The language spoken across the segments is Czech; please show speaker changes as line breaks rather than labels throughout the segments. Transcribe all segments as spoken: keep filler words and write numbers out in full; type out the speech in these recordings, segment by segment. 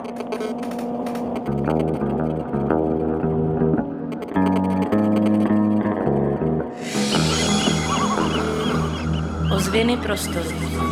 Ozvěny prostoru.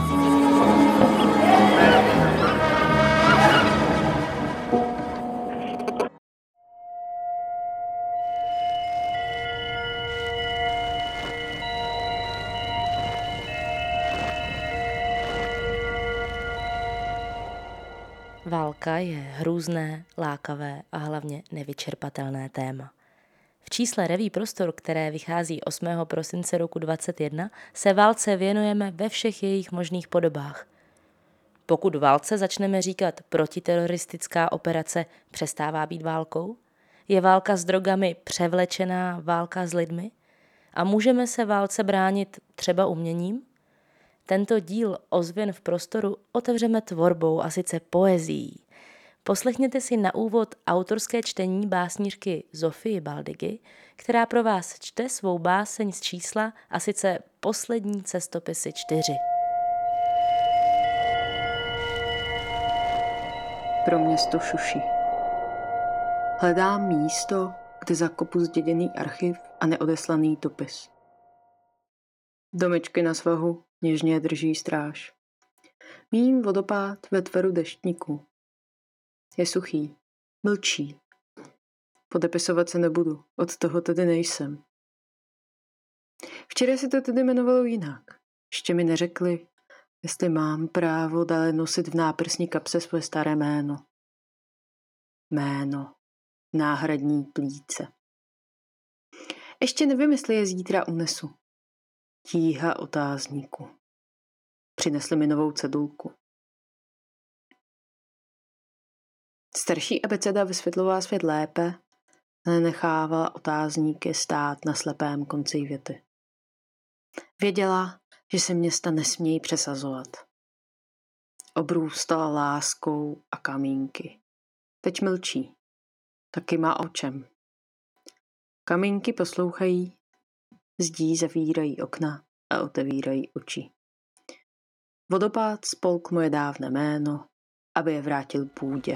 Válka je hrůzné, lákavé a hlavně nevyčerpatelné téma. V čísle Reví Prostor, které vychází osmého prosince roku dvacet jedna, se válce věnujeme ve všech jejich možných podobách. Pokud válce začneme říkat protiteroristická operace, přestává být válkou? Je válka s drogami převlečená válka s lidmi? A můžeme se válce bránit třeba uměním? Tento díl Ozvěn v prostoru otevřeme tvorbou, a sice poezií. Poslechněte si na úvod autorské čtení básnířky Zofii Baldigy, která pro vás čte svou báseň z čísla, a sice Poslední cestopisy čtyři.
Pro město Šuši. Hledám místo, kde zakopu zděděný archiv a neodeslaný dopis. Domečky na svahu něžně drží stráž. Mím vodopád ve tvaru deštníku. Je suchý, mlčí. Podepisovat se nebudu, od toho tedy nejsem. Včera si to tedy jmenovalo jinak. Ještě mi neřekli, jestli mám právo dále nosit v náprsní kapse svoje staré jméno. Jméno. Náhradní plíce. Ještě nevím, jestli je zítra unesu. Tíha otázníku. Přinesli mi novou cedulku. Starší abeceda vysvětlovala svět lépe, ale nechávala otázníky stát na slepém konci věty. Věděla, že se města nesmějí přesazovat. Obrůstala láskou a kamínky. Teď mlčí. Taky má o čem. Kamínky poslouchají, zdí zavírají okna a otevírají oči. Vodopád spolk moje dávné jméno, aby je vrátil půdě.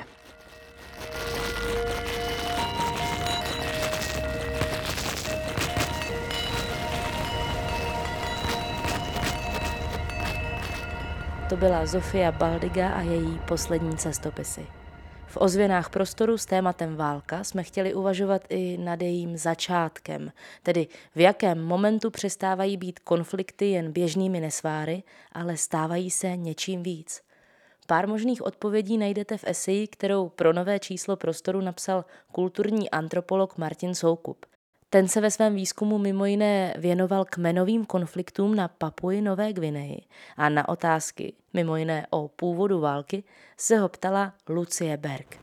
To byla Zofia Baldiga a její Poslední cestopisy. V Ozvěnách prostoru s tématem válka jsme chtěli uvažovat i nad jejím začátkem, tedy v jakém momentu přestávají být konflikty jen běžnými nesváry, ale stávají se něčím víc. Pár možných odpovědí najdete v eseji, kterou pro nové číslo prostoru napsal kulturní antropolog Martin Soukup. Ten se ve svém výzkumu mimo jiné věnoval kmenovým konfliktům na Papui Nové Gvineji a na otázky, mimo jiné o původu války, se ho ptala Lucie Berg.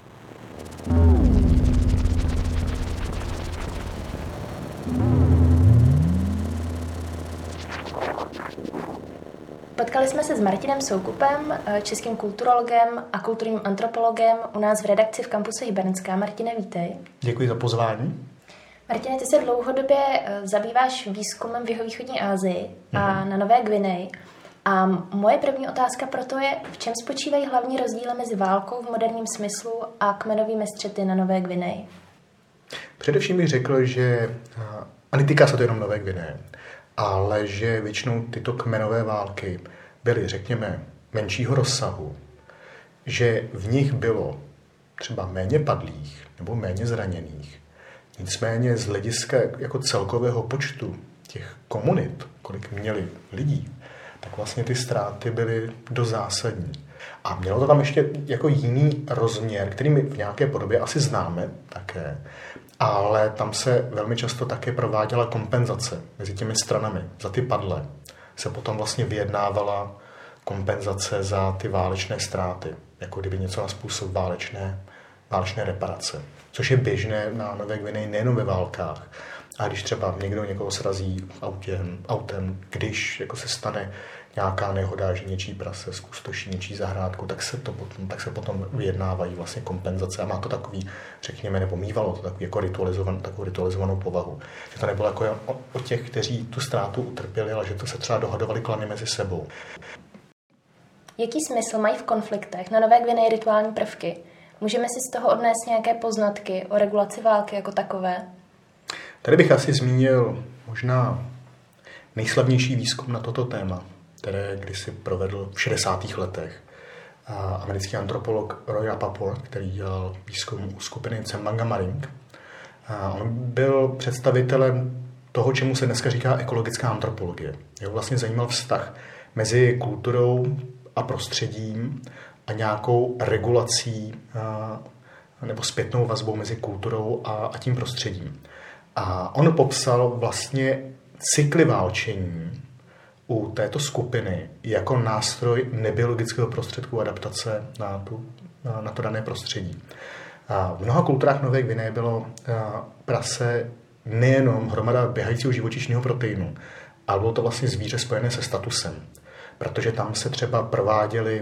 Potkali jsme se s Martinem Soukupem, českým kulturologem a kulturním antropologem u nás v redakci v kampusu Hybernská. Martine, vítej.
Děkuji za pozvání.
Martine, ty se dlouhodobě zabýváš výzkumem v jihovýchodní Asii a na Nové Gvineji. A moje první otázka proto je, v čem spočívají hlavní rozdíly mezi válkou v moderním smyslu a kmenovými střety na Nové Gvineji?
Především bych řekl, že, a netýká se to jenom Nové Gvineje, ale že většinou tyto kmenové války byly, řekněme, menšího rozsahu, že v nich bylo třeba méně padlých nebo méně zraněných. Nicméně z hlediska jako celkového počtu těch komunit, kolik měli lidí, tak vlastně ty ztráty byly dost zásadní. A mělo to tam ještě jako jiný rozměr, který my v nějaké podobě asi známe také, ale tam se velmi často také prováděla kompenzace mezi těmi stranami. Za ty padlé se potom vlastně vyjednávala kompenzace za ty válečné ztráty, jako kdyby něco na způsob válečné, válečné reparace. Což je běžné na Nové Gvineji nejen ve válkách. A když třeba někdo někoho srazí autem, autem když jako se stane nějaká nehoda, že něčí prase zkustoší něčí zahrádku, tak se, to potom, tak se potom vyjednávají vlastně kompenzace a má to takový, řekněme, nebo mívalo to takový jako ritualizovanou, takovou ritualizovanou povahu. Že to nebylo jako o, o těch, kteří tu ztrátu utrpěli, ale že to se třeba dohadovali klany mezi sebou.
Jaký smysl mají v konfliktech na Nové Gvineji rituální prvky? Můžeme si z toho odnést nějaké poznatky o regulaci války jako takové?
Tady bych asi zmínil možná nejslavnější výzkum na toto téma, které kdysi provedl v šedesátých letech americký antropolog Roy Rappaport, který dělal výzkum u skupiny Tsembanga-Maring. On byl představitelem toho, čemu se dneska říká ekologická antropologie. Jeho vlastně zajímal vztah mezi kulturou a prostředím a nějakou regulací nebo zpětnou vazbou mezi kulturou a, a tím prostředím. A on popsal vlastně cykly válčení u této skupiny jako nástroj nebiologického prostředku adaptace na, tu, na, na to dané prostředí. A v mnoha kulturách Nové Gvineje bylo prase nejenom hromada běhajícího živočišného proteinu, ale bylo to vlastně zvíře spojené se statusem. Protože tam se třeba prováděly,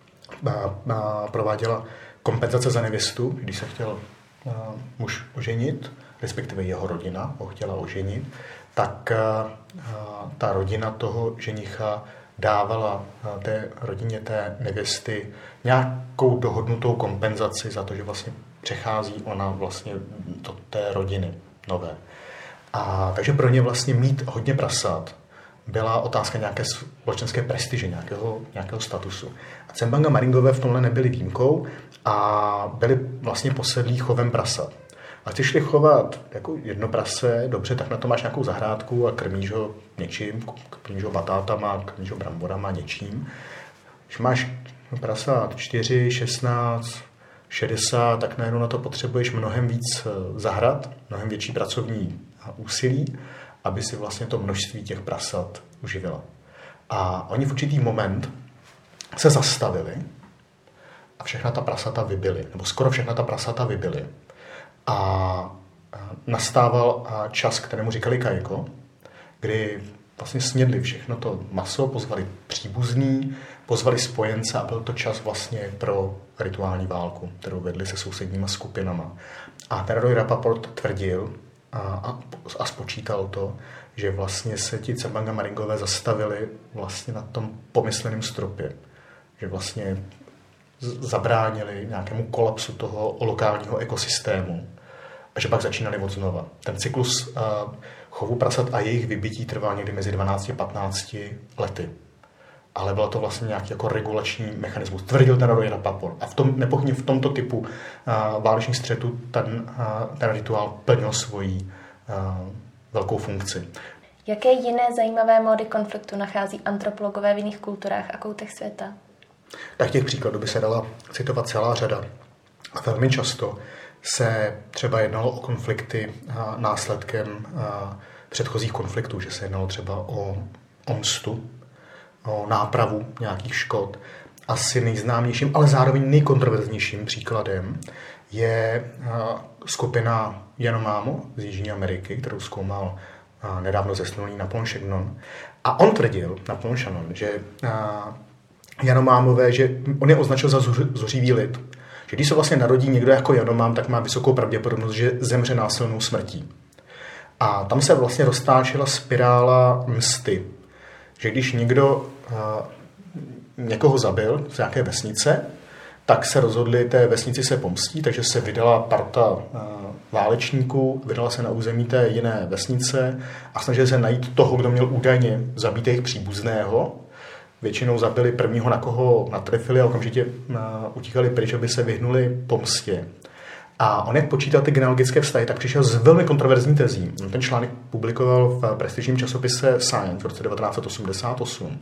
prováděla kompenzace za nevěstu, když se chtěl muž oženit, respektive jeho rodina ho chtěla oženit, tak ta rodina toho ženicha dávala té rodině té nevěsty nějakou dohodnutou kompenzaci za to, že vlastně přechází ona vlastně do té rodiny nové. A takže pro ně vlastně mít hodně prasat byla otázka nějaké společenské prestiže, nějakého, nějakého statusu. A Tsembanga-Maringové v tomhle nebyli výjimkou a byli vlastně posedlí chovem prasat. A chceš šli chovat jako jedno prase, dobře, tak na to máš nějakou zahrádku a krmíš ho něčím, krmíš ho batátama, krmíš ho bramborama, něčím. Když máš prasat čtyři, šestnáct, šedesát, tak najednou na to potřebuješ mnohem víc zahrad, mnohem větší pracovní úsilí, aby si vlastně to množství těch prasat uživila. A oni v určitý moment se zastavili a všechna ta prasata vybily, nebo skoro všechna ta prasata vybily. A nastával čas, kterému říkali kajko, kdy vlastně snědli všechno to maso, pozvali příbuzný, pozvali spojence a byl to čas vlastně pro rituální válku, kterou vedli se sousedníma skupinama. A ten Roy Rappaport tvrdil a, a, a spočítal to, že vlastně se ti Tsembanga-Maringové zastavili vlastně na tom pomysleném stropě. Že vlastně zabránili nějakému kolapsu toho lokálního ekosystému a že pak začínali od znova. Ten cyklus uh, chovu prasat a jejich vybití trval někdy mezi dvanácti a patnácti lety. Ale bylo to vlastně nějaký jako regulační mechanismus. Tvrdil ten Roy Rappaport. A v tom, nepochybně v tomto typu uh, válečných střetů ten, uh, ten rituál plnil svoji uh, velkou funkci.
Jaké jiné zajímavé módy konfliktu nachází antropologové v jiných kulturách a koutech světa?
Tak těch příkladů by se dala citovat celá řada. A velmi často se třeba jednalo o konflikty následkem předchozích konfliktů, že se jednalo třeba o, o mstu, o nápravu nějakých škod. Asi nejznámějším, ale zároveň nejkontroverznějším příkladem je skupina Yanomamo z Jižní Ameriky, kterou zkoumal nedávno zesnulý Napoleon Chagnon. A on tvrdil, Napoleon Chagnon, že Janomámové, že on je označil za zuřivý lid. Že když se vlastně narodí někdo jako Janomám, tak má vysokou pravděpodobnost, že zemře násilnou smrtí. A tam se vlastně roztáčela spirála msty. Že když někdo uh, někoho zabil z nějaké vesnice, tak se rozhodli té vesnici se pomstí, takže se vydala parta uh, válečníků, vydala se na území té jiné vesnice a snažili se najít toho, kdo měl údajně zabít jejich příbuzného. Většinou zabili prvního, na koho natrefili a okamžitě utíkali pryč, aby se vyhnuli pomstě. A on, jak počítal ty genealogické vztahy, tak přišel s velmi kontroverzní tezí. On ten článek publikoval v prestižním časopise Science v roce devatenáct set osmdesát osm.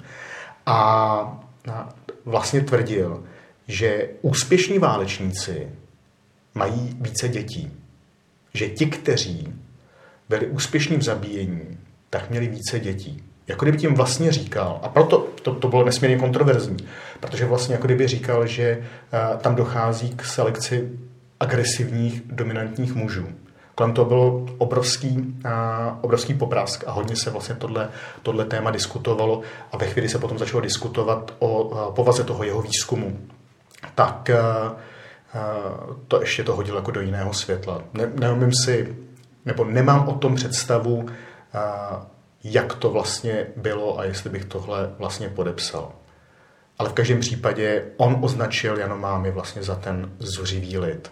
A vlastně tvrdil, že úspěšní válečníci mají více dětí. Že ti, kteří byli úspěšní v zabíjení, tak měli více dětí. Jako kdyby tím vlastně říkal, a proto to, to bylo nesmírně kontroverzní, protože vlastně jako kdyby říkal, že uh, tam dochází k selekci agresivních, dominantních mužů. Kolem toho bylo obrovský, uh, obrovský poprask a hodně se vlastně tohle, tohle téma diskutovalo a ve chvíli se potom začalo diskutovat o uh, povaze toho jeho výzkumu. Tak uh, uh, to ještě to hodilo jako do jiného světla. Ne, neumím si, nebo nemám o tom představu, uh, jak to vlastně bylo a jestli bych tohle vlastně podepsal. ale v každém případě on označil Janomámy vlastně za ten zuřivý lid.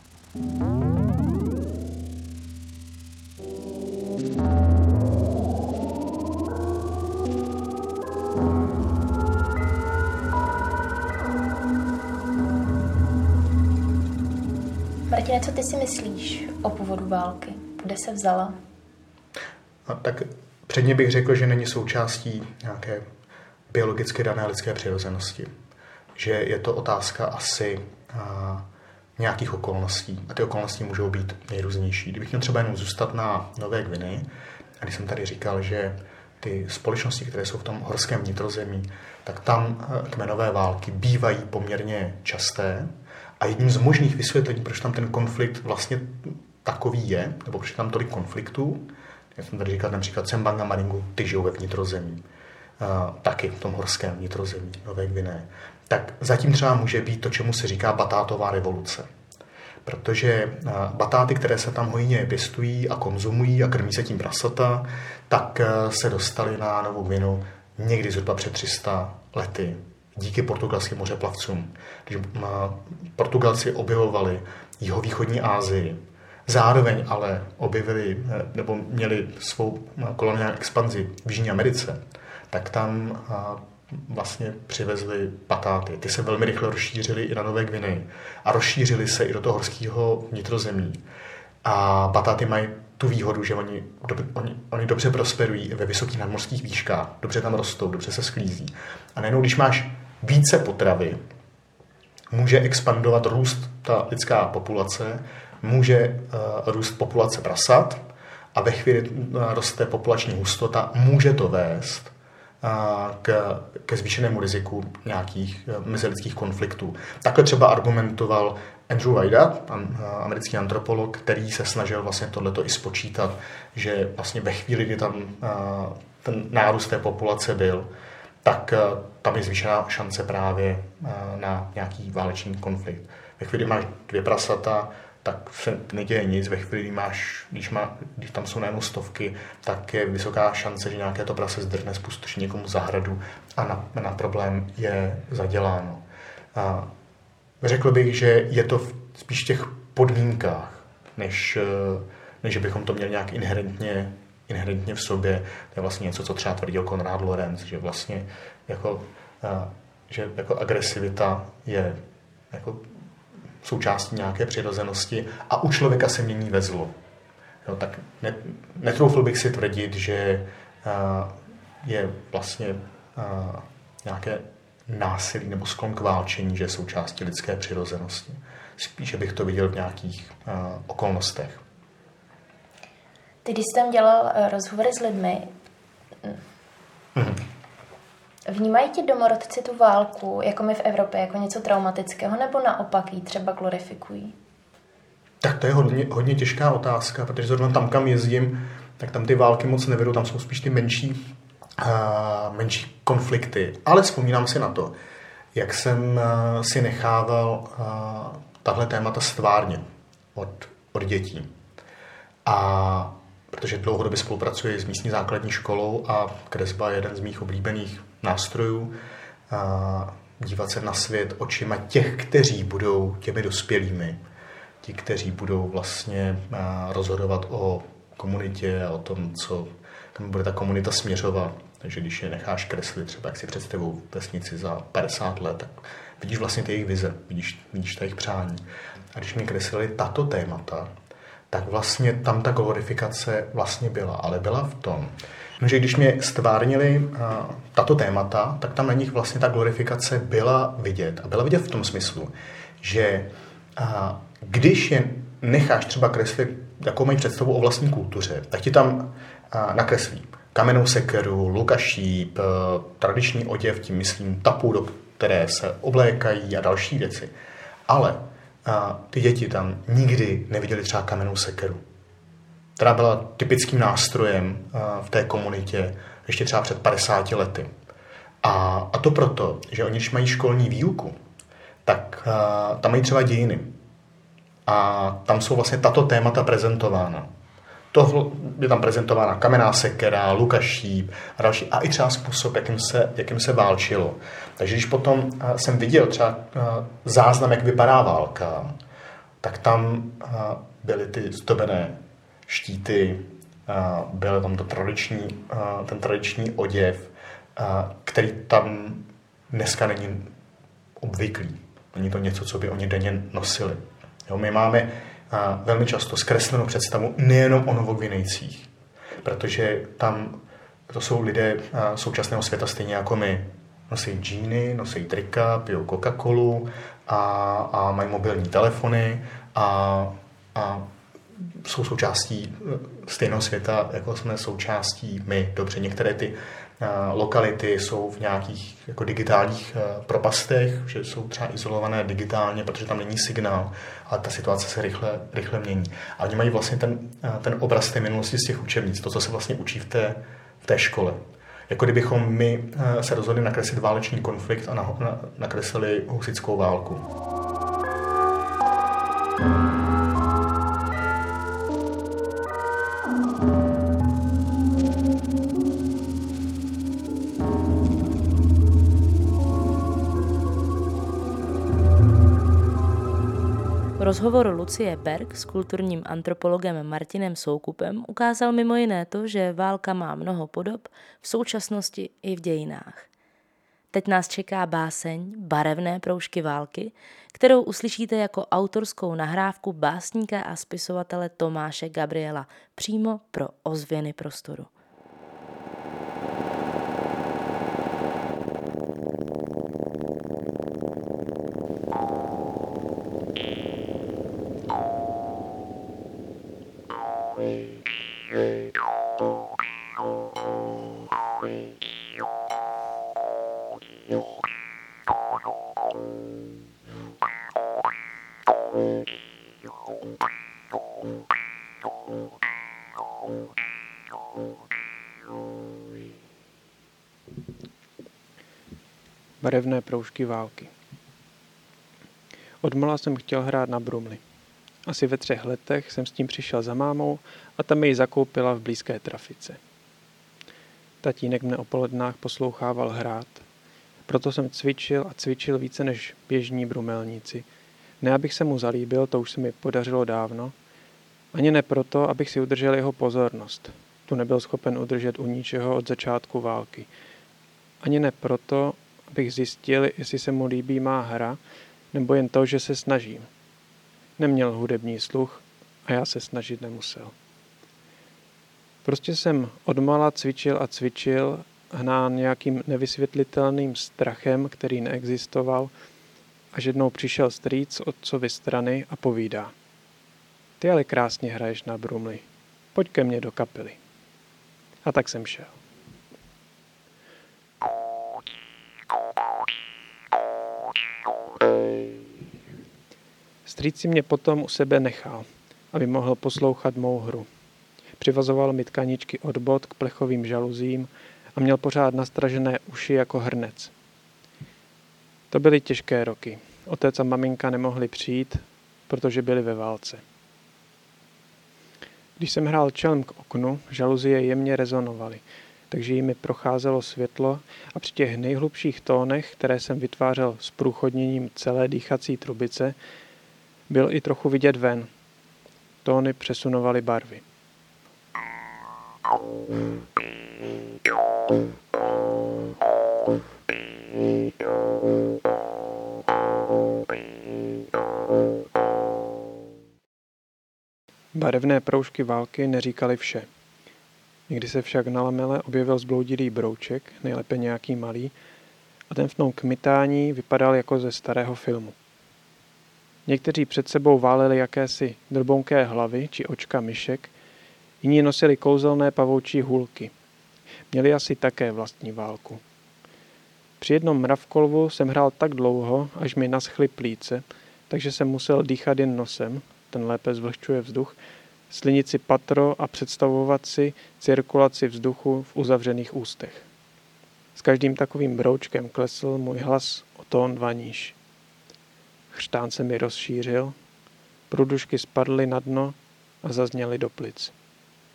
Martine, co ty si myslíš o původu války? Kde se vzala?
A tak předně bych řekl, že není součástí nějaké biologicky dané lidské přirozenosti. Že je to otázka asi a, nějakých okolností. A ty okolnosti můžou být nejrůznější. Kdybych měl třeba jenom zůstat na Nové Gvineji, a když jsem tady říkal, že ty společnosti, které jsou v tom horském vnitrozemí, tak tam kmenové války bývají poměrně časté. A jedním z možných vysvětlení, proč tam ten konflikt vlastně takový je, nebo proč tam tolik konfliktů, jak jsem tady říkal, například Sembanga Maringu, ty žijou ve vnitrozemí, uh, taky v tom horském vnitrozemí Nové Gvineje, tak zatím třeba může být to, čemu se říká batátová revoluce. Protože uh, batáty, které se tam hojně pěstují a konzumují a krmí se tím prasata, tak uh, se dostaly na Novou Gvineu někdy zhruba před tři sta lety díky portugalským mořeplavcům. Když uh, Portugalci objevovali jihovýchodní Asii, zároveň ale objevili nebo měli svou koloniální expanzi v Jižní Americe, tak tam vlastně přivezli batáty. Ty se velmi rychle rozšířily i na Nové Gvineji a rozšířily se i do toho horského vnitrozemí. A batáty mají tu výhodu, že oni, oni, oni dobře prosperují ve vysokých nadmořských výškách, dobře tam rostou, dobře se sklízí. A najednou, když máš více potravy, může expandovat růst ta lidská populace, může uh, růst populace prasat a ve chvíli uh, roste populační hustota, může to vést uh, k, ke zvýšenému riziku nějakých uh, mezilidských konfliktů. Takhle třeba argumentoval Andrew Weida, uh, americký antropolog, který se snažil vlastně tohleto i spočítat, že vlastně ve chvíli, kdy tam uh, ten nárůst té populace byl, tak uh, tam je zvýšená šance právě uh, na nějaký válečný konflikt. Ve chvíli, kdy máš dvě prasata, tak se neděje nic. Ve chvíli, kdy, máš, když, má, když tam jsou najednou stovky, tak je vysoká šance, že nějaké to prase zdrhne, spustoší někomu zahradu a na, na problém je zaděláno. A řekl bych, že je to v, spíš v těch podmínkách, než, než bychom to měli nějak inherentně, inherentně v sobě. To je vlastně něco, co třeba tvrdil Konrad Lorenz, že vlastně jako, že jako agresivita je jako součástí nějaké přirozenosti a u člověka se mění ve zlo. Jo, tak ne, netroufl bych si tvrdit, že uh, je vlastně uh, nějaké násilí nebo sklon k válčení, že je součástí lidské přirozenosti. Spíše bych to viděl v nějakých uh, okolnostech.
Ty, když jsi tam dělal rozhovory s lidmi, mm-hmm. vnímají ti domorodci tu válku, jako my v Evropě, jako něco traumatického, nebo naopak ji třeba glorifikují?
Tak to je hodně, hodně těžká otázka, protože zrovna tam, kam jezdím, tak tam ty války moc nevedou, tam jsou spíš ty menší, uh, menší konflikty. Ale vzpomínám si na to, jak jsem uh, si nechával uh, tahle témata stvárnit od, od dětí. A protože dlouhodobě spolupracuji s místní základní školou a kresba je jeden z mých oblíbených nástrojů. A dívat se na svět očima těch, kteří budou těmi dospělými. Ti, kteří budou vlastně rozhodovat o komunitě a o tom, co, kam bude ta komunita směřovat. Takže když je necháš kreslit, třeba jak si představují vesnici za padesát let, tak vidíš vlastně ty jejich vize, vidíš, vidíš ta jejich přání. A když mi kreslili tato témata, tak vlastně tam ta glorifikace vlastně byla, ale byla v tom, že když mě stvárnili uh, tato témata, tak tam na nich vlastně ta glorifikace byla vidět. A byla vidět v tom smyslu, že uh, když je necháš třeba kreslit, jakou mají představu o vlastní kultuře, tak ti tam uh, nakreslí kamennou sekeru, luk a šíp, uh, tradiční oděv, tím myslím tapu, do které se oblékají a další věci. Ale a ty děti tam nikdy neviděli třeba kamennou sekeru, která byla typickým nástrojem v té komunitě ještě třeba před padesáti lety. A, a to proto, že oni, když mají školní výuku, tak tam mají třeba dějiny. A tam jsou vlastně tato témata prezentována. To je tam prezentována kamenná sekera, lukašíp a další. A i třeba způsob, jakým se, jakým se válčilo. Takže když potom jsem viděl třeba záznam, jak vypadá válka, tak tam byly ty zdobené štíty, byl tam to tradiční, ten tradiční oděv, který tam dneska není obvyklý. Není to něco, co by oni denně nosili. Jo, my máme velmi často zkreslenou představu nejenom o Novogvinejcích, protože tam to jsou lidé současného světa stejně jako my. Nosí džíny, nosí trika, pijou Coca-Colu a, a mají mobilní telefony a, a jsou součástí stejného světa, jako jsme součástí my. Dobře, některé ty lokality jsou v nějakých jako digitálních propastech, že jsou třeba izolované digitálně, protože tam není signál, ale ta situace se rychle, rychle mění. A oni mají vlastně ten, ten obraz té minulosti z těch učebnic, to, co se vlastně učí v té, v té škole. Jako kdybychom my se rozhodli nakreslit válečný konflikt a na, na, nakreslili husitskou válku.
Rozhovor Lucie Berg s kulturním antropologem Martinem Soukupem ukázal mimo jiné to, že válka má mnoho podob v současnosti i v dějinách. Teď nás čeká báseň Barevné proužky války, kterou uslyšíte jako autorskou nahrávku básníka a spisovatele Tomáše Gabriela přímo pro Ozvěny prostoru.
Barevné proužky války. Odmala jsem chtěl hrát na brumli. Asi ve třech letech jsem s tím přišel za mámou a ta mi ji zakoupila v blízké trafice. Tatínek mne o polednách poslouchával hrát, proto jsem cvičil a cvičil více než běžní brumelníci. Ne, abych se mu zalíbil, to už se mi podařilo dávno, ani ne proto, abych si udržel jeho pozornost. Tu nebyl schopen udržet u ničeho od začátku války. Ani ne proto, abych zjistil, jestli se mu líbí má hra, nebo jen to, že se snažím. Neměl hudební sluch a já se snažit nemusel. Prostě jsem odmala cvičil a cvičil, hnán nějakým nevysvětlitelným strachem, který neexistoval, až jednou přišel strýc od otcovy strany a povídá: Ty ale krásně hraješ na brumli, pojď ke mně do kapely. A tak jsem šel. Strýc si mě potom u sebe nechal, aby mohl poslouchat mou hru. Přivazoval mi tkaničky od bot k plechovým žaluzím a měl pořád nastražené uši jako hrnec. To byly těžké roky. Otec a maminka nemohli přijít, protože byli ve válce. Když jsem hrál čelem k oknu, žaluzie jemně rezonovaly, takže jimi procházelo světlo a při těch nejhlubších tónech, které jsem vytvářel s průchodněním celé dýchací trubice, byl i trochu vidět ven. Tóny přesunovaly barvy. Barevné proužky války neříkali vše. Někdy se však na lamele objevil zbloudilý brouček, nejlépe nějaký malý, a ten v tom kmitání vypadal jako ze starého filmu. Někteří před sebou váleli jakési drbonké hlavy či očka myšek, jiní nosili kouzelné pavoučí hůlky. Měli asi také vlastní válku. Při jednom mravkolvu jsem hrál tak dlouho, až mi naschly plíce, takže jsem musel dýchat jen nosem, ten lépe zvlhčuje vzduch, slinit si patro a představovat si cirkulaci vzduchu v uzavřených ústech. S každým takovým broučkem klesl můj hlas o tón dva níž. Chřtán se mi rozšířil, průdušky spadly na dno a zazněly do plic.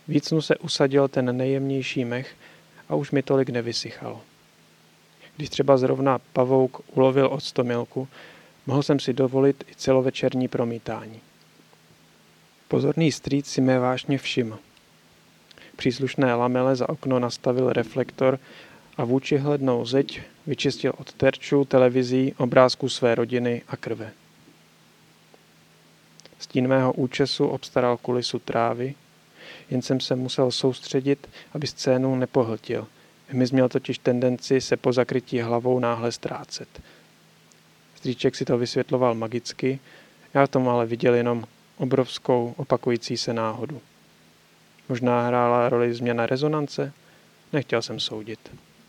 Vícnu se usadil ten nejjemnější mech a už mi tolik nevysychalo. Když třeba zrovna pavouk ulovil octomilku, mohl jsem si dovolit i celovečerní promítání. Pozorný strýc si mé vášně všiml. Příslušné lamele za okno nastavil reflektor a vůči hlednou zeď vyčistil od terčů, televizí, obrázků své rodiny a krve. Stín mého účesu obstaral kulisu trávy, jen jsem se musel soustředit, aby scénu nepohltil. Hmyz měl totiž tendenci se po zakrytí hlavou náhle ztrácet. Strýček si to vysvětloval magicky, já v tom ale viděl jenom obrovskou opakující se náhodu. Možná hrála roli změna rezonance? Nechtěl jsem soudit.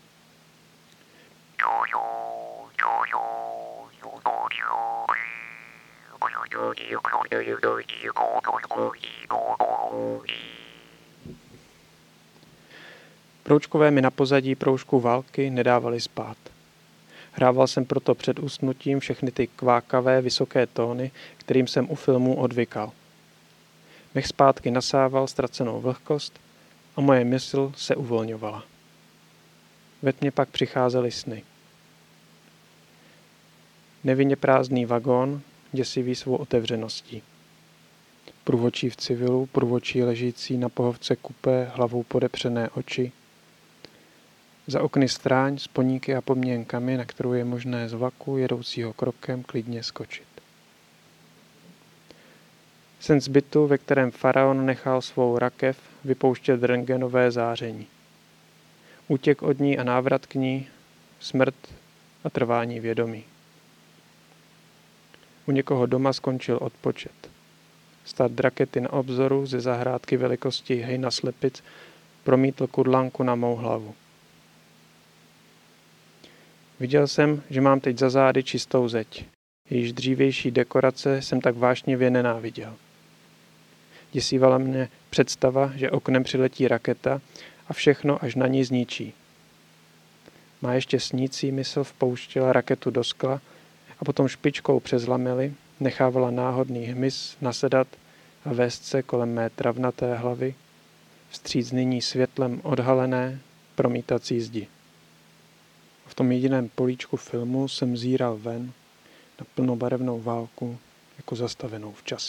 Proučkové mi na pozadí proužku války nedávali spát. Hrával jsem proto před usnutím všechny ty kvákavé vysoké tóny, kterým jsem u filmů odvykal. Mech zpátky nasával ztracenou vlhkost a moje mysl se uvolňovala. Ve tmě pak přicházely sny. Nevinně prázdný vagón, děsivý svou otevřeností. Průvodčí v civilu, průvodčí ležící na pohovce kupé, hlavou podepřené oči. Za okny stráň s poníky a pomněnkami, na kterou je možné z vlaku jedoucího krokem klidně skočit. Sen z bytu, ve kterém faraon nechal svou rakev vypouštět rentgenové záření. Útěk od ní a návrat k ní, smrt a trvání vědomí. U někoho doma skončil odpočet. Stát rakety na obzoru ze zahrádky velikosti hejna slepic promítl kudlanku na mou hlavu. Viděl jsem, že mám teď za zády čistou zeď. Jejíž dřívější dekorace jsem tak vášnivě nenáviděl. Děsívala mě představa, že oknem přiletí raketa a všechno až na ní zničí. Má ještě snící mysl vpouštěla raketu do skla a potom špičkou přes lamely nechávala náhodný hmyz nasedat a vést se kolem mé travnaté hlavy, vstříc nyní světlem odhalené promítací zdi. V tom jediném políčku filmu jsem zíral ven na plnobarevnou válku jako zastavenou v čase.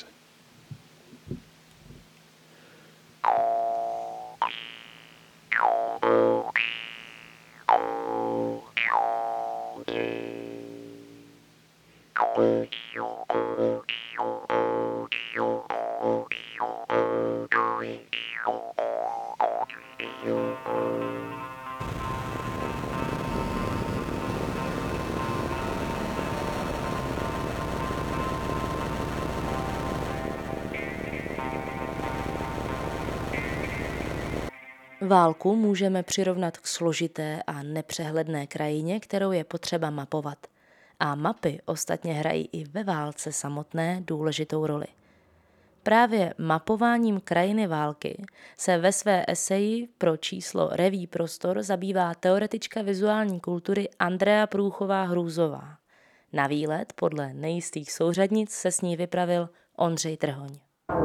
Válku můžeme přirovnat k složité a nepřehledné krajině, kterou je potřeba mapovat. A mapy ostatně hrají i ve válce samotné důležitou roli. Právě mapováním krajiny války se ve své eseji pro číslo Reví prostor zabývá teoretička vizuální kultury Andrea Průchová-Hrůzová. Na výlet podle nejistých souřadnic se s ní vypravil Ondřej Trhoň.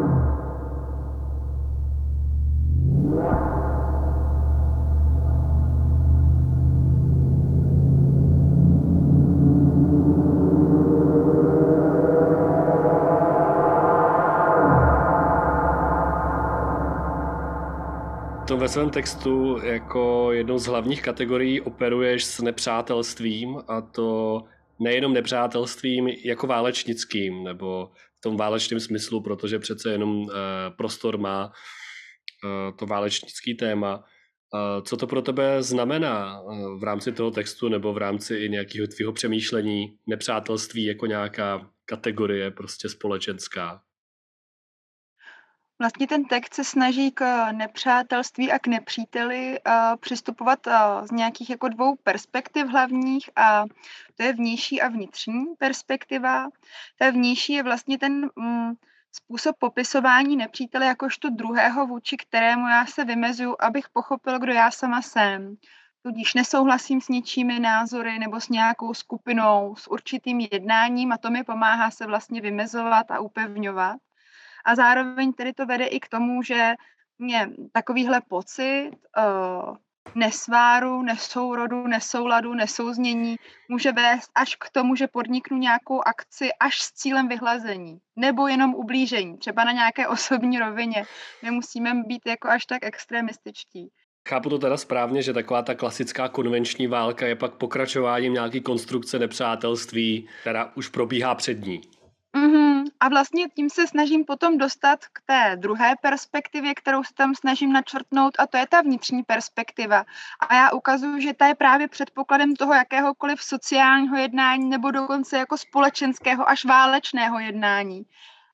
To ve svém textu jako jednou z hlavních kategorií operuješ s nepřátelstvím, a to nejenom nepřátelstvím jako válečnickým, nebo v tom válečném smyslu, protože přece jenom prostor má to válečnický téma. Co to pro tebe znamená v rámci toho textu nebo v rámci i nějakého tvýho přemýšlení nepřátelství jako nějaká kategorie prostě společenská?
Vlastně ten text se snaží k nepřátelství a k nepříteli uh, přistupovat uh, z nějakých jako dvou perspektiv hlavních, a to je vnější a vnitřní perspektiva. Ta vnější je vlastně ten um, způsob popisování nepřítele jakožto druhého, vůči kterému já se vymezuju, abych pochopil, kdo já sama jsem. Tudíž nesouhlasím s něčími názory nebo s nějakou skupinou, s určitým jednáním, a to mi pomáhá se vlastně vymezovat a upevňovat. A zároveň tedy to vede i k tomu, že vlastně takovýhle pocit uh, nesváru, nesourodu, nesouladu, nesouznění může vést až k tomu, že podniknu nějakou akci až s cílem vyhlazení. Nebo jenom ublížení, třeba na nějaké osobní rovině. Nemusíme být jako až tak extremističtí.
Chápu to teda správně, že taková ta klasická konvenční válka je pak pokračováním nějaký konstrukce nepřátelství, která už probíhá před ní.
Mm-hmm. A vlastně tím se snažím potom dostat k té druhé perspektivě, kterou se tam snažím načrtnout, a to je ta vnitřní perspektiva. A já ukazuju, že ta je právě předpokladem toho jakéhokoliv sociálního jednání nebo dokonce jako společenského až válečného jednání.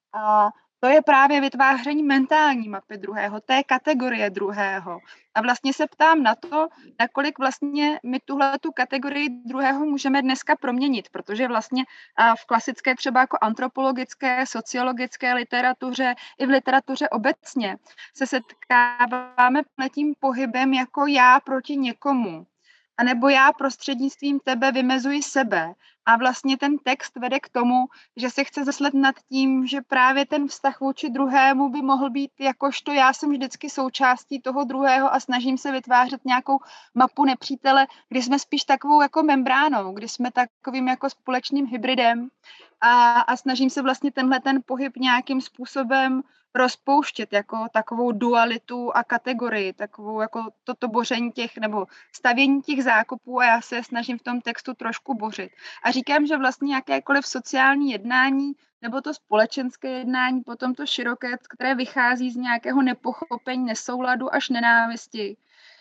A to je právě vytváření mentální mapy druhého, té kategorie druhého. A vlastně se ptám na to, nakolik vlastně my tuhletu kategorii druhého můžeme dneska proměnit, protože vlastně v klasické třeba jako antropologické, sociologické literatuře i v literatuře obecně se setkáváme tím pohybem jako já proti někomu. A nebo já prostřednictvím tebe vymezuji sebe. A vlastně ten text vede k tomu, že se chce zaslet nad tím, že právě ten vztah vůči druhému by mohl být jakožto já jsem vždycky součástí toho druhého a snažím se vytvářet nějakou mapu nepřítele, kdy jsme spíš takovou jako membránou, kdy jsme takovým jako společným hybridem a, a snažím se vlastně tenhle ten pohyb nějakým způsobem rozpouštět jako takovou dualitu a kategorii, takovou jako toto boření těch nebo stavění těch zákopů a já se snažím v tom textu trošku bořit. A říkám, že vlastně jakékoliv sociální jednání nebo to společenské jednání, potom to široké, které vychází z nějakého nepochopení, nesouladu až nenávisti.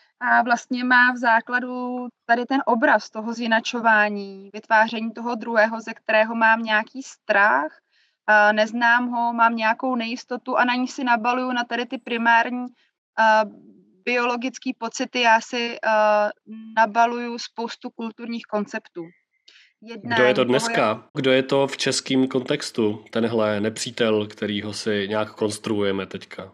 A vlastně má v základu tady ten obraz toho zjinačování, vytváření toho druhého, ze kterého mám nějaký strach, neznám ho, mám nějakou nejistotu a na ní si nabaluju na tady ty primární uh, biologické pocity, já si uh, nabaluju spoustu kulturních konceptů.
Jednání, Kdo je to dneska? Je... Kdo je to v českém kontextu? Tenhle nepřítel, kterýho si nějak konstruujeme teďka?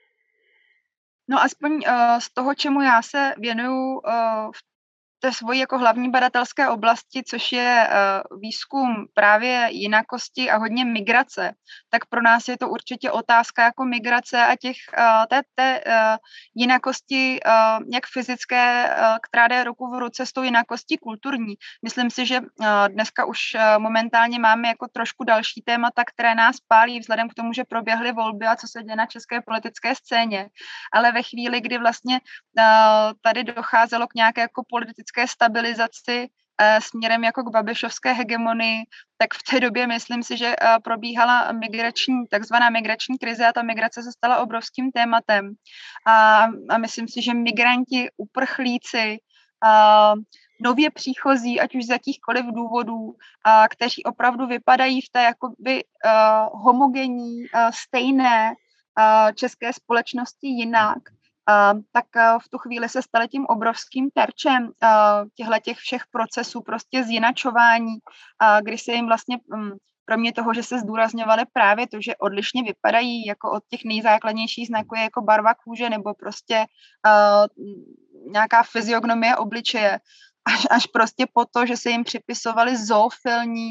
No aspoň uh, z toho, čemu já se věnuju uh, v té svojí jako hlavní badatelské oblasti, což je uh, výzkum právě jinakosti a hodně migrace, tak pro nás je to určitě otázka jako migrace a těch uh, té, té uh, jinakosti, uh, jak fyzické, uh, která jde ruku v ruce s tou jinakostí kulturní. Myslím si, že uh, dneska už uh, momentálně máme jako trošku další témata, které nás pálí vzhledem k tomu, že proběhly volby a co se děje na české politické scéně. Ale ve chvíli, kdy vlastně uh, tady docházelo k nějaké jako politické stabilizaci eh, směrem jako k babišovské hegemonii, tak v té době myslím si, že eh, probíhala migrační, takzvaná migrační krize a ta migrace se stala obrovským tématem. A, a myslím si, že migranti, uprchlíci, eh, nově příchozí, ať už z jakýchkoliv důvodů, eh, kteří opravdu vypadají v té jakoby eh, homogenní, eh, stejné eh, české společnosti jinak, Uh, tak uh, v tu chvíli se stali tím obrovským terčem uh, těchto všech procesů prostě zjinačování, uh, kdy se jim vlastně, um, kromě toho, že se zdůrazňovaly právě to, že odlišně vypadají, jako od těch nejzákladnějších znaků je jako barva kůže nebo prostě uh, nějaká fyziognomie obličeje, až, až prostě po to, že se jim připisovaly zoofilní,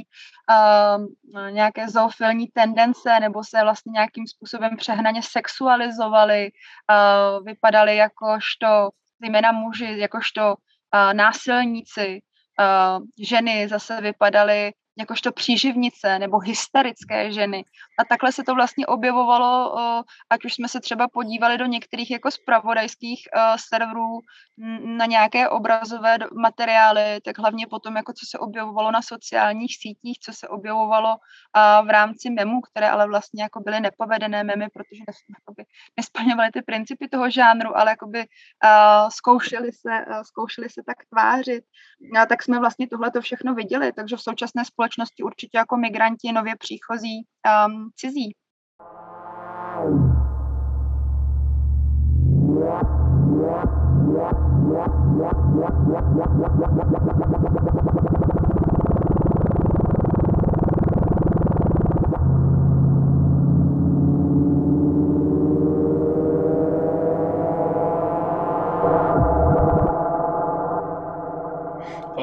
uh, nějaké zoofilní tendence, nebo se vlastně nějakým způsobem přehnaně sexualizovaly, uh, vypadaly jakožto, zejména muži, jakožto uh, násilníci, uh, ženy zase vypadaly jakožto příživnice nebo hysterické ženy. A takhle se to vlastně objevovalo, ať už jsme se třeba podívali do některých jako zpravodajských serverů na nějaké obrazové materiály, tak hlavně potom, jako co se objevovalo na sociálních sítích, co se objevovalo v rámci memů, které ale vlastně jako byly nepovedené memy, protože nesplňovaly ty principy toho žánru, ale jakoby zkoušeli se, zkoušeli se tak tvářit. A tak jsme vlastně tohleto všechno viděli, takže v současné společnosti určitě jako migranti, nově příchozí, um, cizí.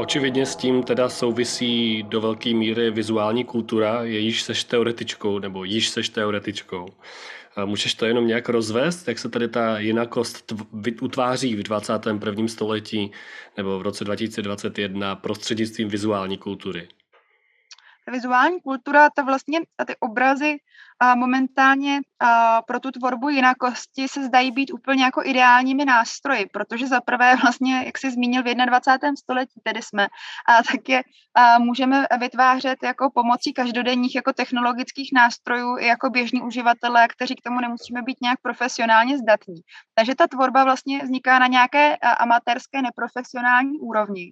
očividně s tím teda souvisí do velké míry vizuální kultura, jejíž seš teoretičkou, nebo již seš teoretičkou. Můžeš to jenom nějak rozvést, jak se tady ta jinakost tv- utváří v dvacátém prvním století nebo v roce dva tisíce dvacet jedna prostřednictvím vizuální kultury?
Ta vizuální kultura, ta vlastně, a ty obrazy a momentálně a pro tu tvorbu jinakosti se zdají být úplně jako ideálními nástroji, protože za prvé vlastně, jak jsi zmínil, v dvacátém prvním století tedy jsme, a tak je a můžeme vytvářet jako pomocí každodenních jako technologických nástrojů i jako běžní uživatelé, kteří k tomu nemusíme být nějak profesionálně zdatní. Takže ta tvorba vlastně vzniká na nějaké amatérské, neprofesionální úrovni.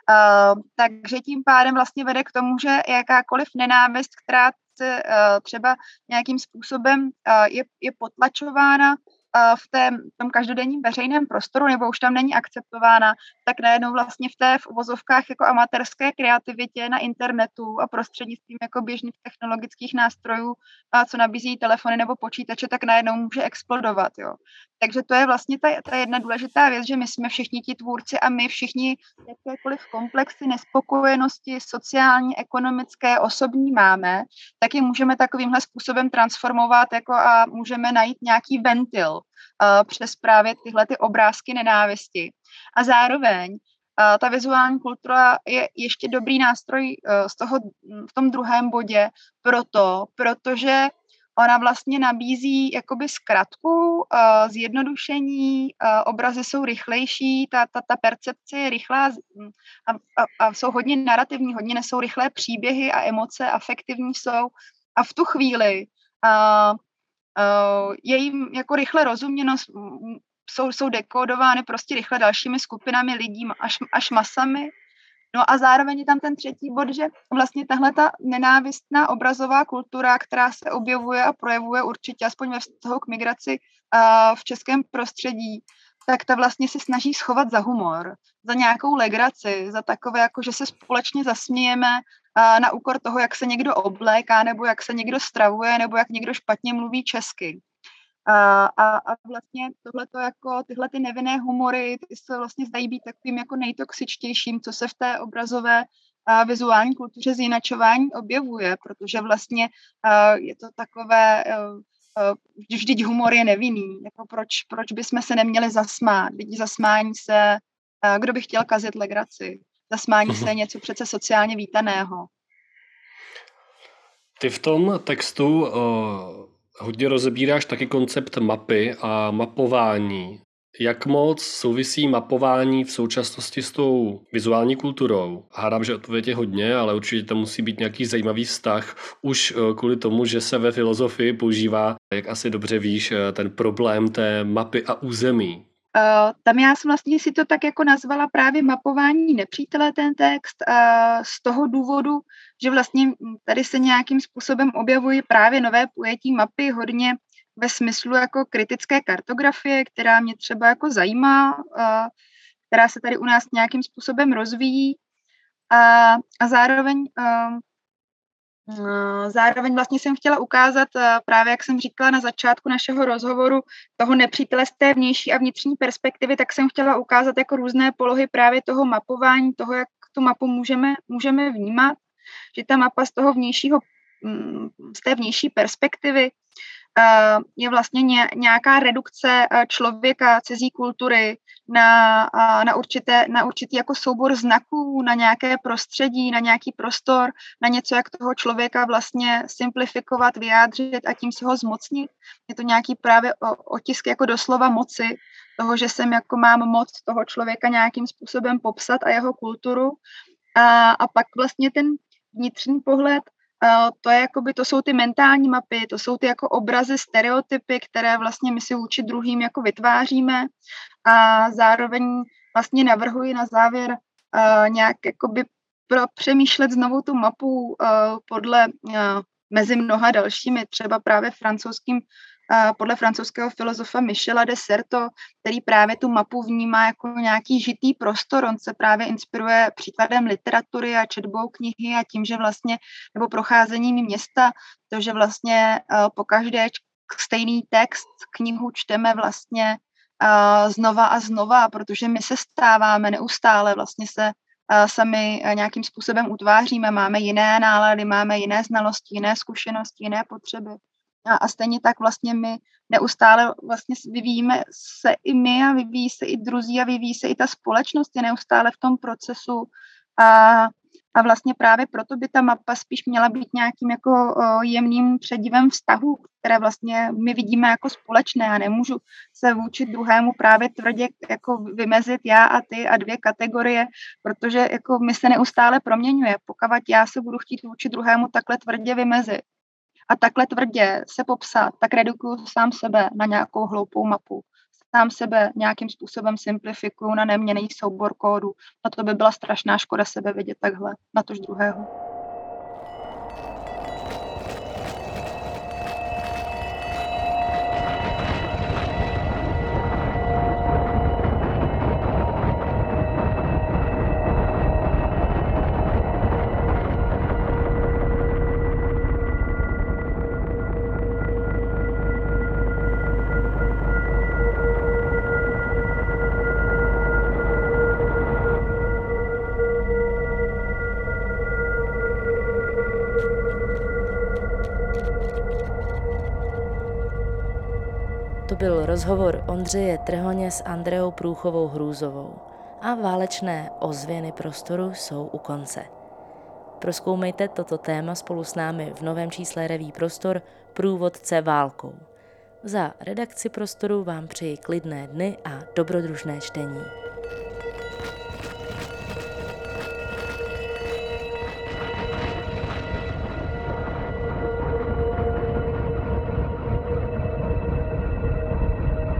Uh, takže tím pádem vlastně vede k tomu, že jakákoliv nenávist, která se uh, třeba nějakým způsobem uh, je, je potlačována uh, v, té, v tom každodenním veřejném prostoru nebo už tam není akceptována, tak najednou vlastně v té v uvozovkách jako amatérské kreativitě na internetu a prostřednictvím jako běžných technologických nástrojů, a co nabízí telefony nebo počítače, tak najednou může explodovat. Jo. Takže to je vlastně ta, ta jedna důležitá věc, že my jsme všichni ti tvůrci a my všichni jakékoliv komplexy, nespokojenosti, sociální, ekonomické, osobní máme, tak je můžeme takovýmhle způsobem transformovat jako a můžeme najít nějaký ventil uh, přes právě tyhle ty obrázky nenávisti. A zároveň uh, ta vizuální kultura je ještě dobrý nástroj uh, z toho, v tom druhém bodě proto, protože ona vlastně nabízí jakoby zkratku, uh, zjednodušení, uh, obrazy jsou rychlejší, ta, ta, ta percepce je rychlá a, a, a jsou hodně narrativní, hodně nesou rychlé příběhy a emoce, afektivní jsou a v tu chvíli uh, uh, je jim jako rychle rozuměno, jsou, jsou dekódovány prostě rychle dalšími skupinami lidí až, až masami. No a zároveň je tam ten třetí bod, že vlastně tahle ta nenávistná obrazová kultura, která se objevuje a projevuje určitě, aspoň ve vztahu k migraci uh, v českém prostředí, tak ta vlastně se snaží schovat za humor, za nějakou legraci, za takové, jako že se společně zasmějeme uh, na úkor toho, jak se někdo obléká, nebo jak se někdo stravuje, nebo jak někdo špatně mluví česky. A, a, a vlastně tohleto jako, tyhle ty nevinné humory, ty se vlastně zdají být takovým jako nejtoxičtějším, co se v té obrazové a vizuální kultuře zjinačování objevuje, protože vlastně a, je to takové, a, a, vždyť humor je nevinný, jako proč, proč bychom se neměli zasmát, vždyť zasmání se, a, kdo by chtěl kazit legraci, zasmání se je něco přece sociálně vítaného.
Ty v tom textu uh... hodně rozebíráš taky koncept mapy a mapování. Jak moc souvisí mapování v současnosti s tou vizuální kulturou? Hádám, že odpověď je hodně, ale určitě tam musí být nějaký zajímavý vztah. Už kvůli tomu, že se ve filozofii používá, jak asi dobře víš, ten problém té mapy a území.
Uh, tam já jsem vlastně si to tak jako nazvala právě mapování nepřítele ten text uh, z toho důvodu, že vlastně tady se nějakým způsobem objevují právě nové pojetí mapy hodně ve smyslu jako kritické kartografie, která mě třeba jako zajímá, uh, která se tady u nás nějakým způsobem rozvíjí a, a zároveň uh, Zároveň vlastně jsem chtěla ukázat, právě jak jsem říkala na začátku našeho rozhovoru, toho nepřítele z té vnější a vnitřní perspektivy, tak jsem chtěla ukázat jako různé polohy právě toho mapování, toho, jak tu mapu můžeme, můžeme vnímat, že ta mapa z toho vnějšího, z té vnější perspektivy je vlastně nějaká redukce člověka, cizí kultury na, na, určité, na určitý jako soubor znaků, na nějaké prostředí, na nějaký prostor, na něco, jak toho člověka vlastně simplifikovat, vyjádřit a tím se ho zmocnit. Je to nějaký právě otisk jako doslova moci, toho, že jsem jako mám moc toho člověka nějakým způsobem popsat a jeho kulturu. A, a pak vlastně ten vnitřní pohled, Uh, to, je jakoby, to jsou ty mentální mapy, to jsou ty jako obrazy, stereotypy, které vlastně my si vůči druhým jako vytváříme a zároveň vlastně navrhuji na závěr uh, nějak jakoby pro přemýšlet znovu tu mapu uh, podle uh, mezi mnoha dalšími, třeba právě francouzským podle francouzského filozofa Michela de Certeau, který právě tu mapu vnímá jako nějaký žitý prostor. On se právě inspiruje příkladem literatury a četbou knihy a tím, že vlastně, nebo procházením města, to, že vlastně po každé stejný text, knihu čteme vlastně znova a znova, protože my se stáváme neustále, vlastně se sami nějakým způsobem utváříme. Máme jiné nálady, máme jiné znalosti, jiné zkušenosti, jiné potřeby. A, a stejně tak vlastně my neustále vlastně vyvíjíme se i my a vyvíjí se i druzí a vyvíjí se i ta společnost je neustále v tom procesu a, a vlastně právě proto by ta mapa spíš měla být nějakým jako o, jemným předivem vztahu, které vlastně my vidíme jako společné a nemůžu se vůči druhému právě tvrdě jako vymezit já a ty a dvě kategorie, protože jako my se neustále proměňuje. Pokud já se budu chtít vůči druhému takhle tvrdě vymezit a takhle tvrdě se popsat, tak redukuju sám sebe na nějakou hloupou mapu. Sám sebe nějakým způsobem simplifikuju na neměnný soubor kódu. A to by byla strašná škoda sebe vidět takhle, na tož druhého.
To byl rozhovor Ondřeje Trhoně s Andreou Průchovou Hrůzovou a válečné ozvěny prostoru jsou u konce. Prozkoumejte toto téma spolu s námi v novém čísle Reví Prostor Průvodce válkou. Za redakci Prostoru vám přeji klidné dny a dobrodružné čtení.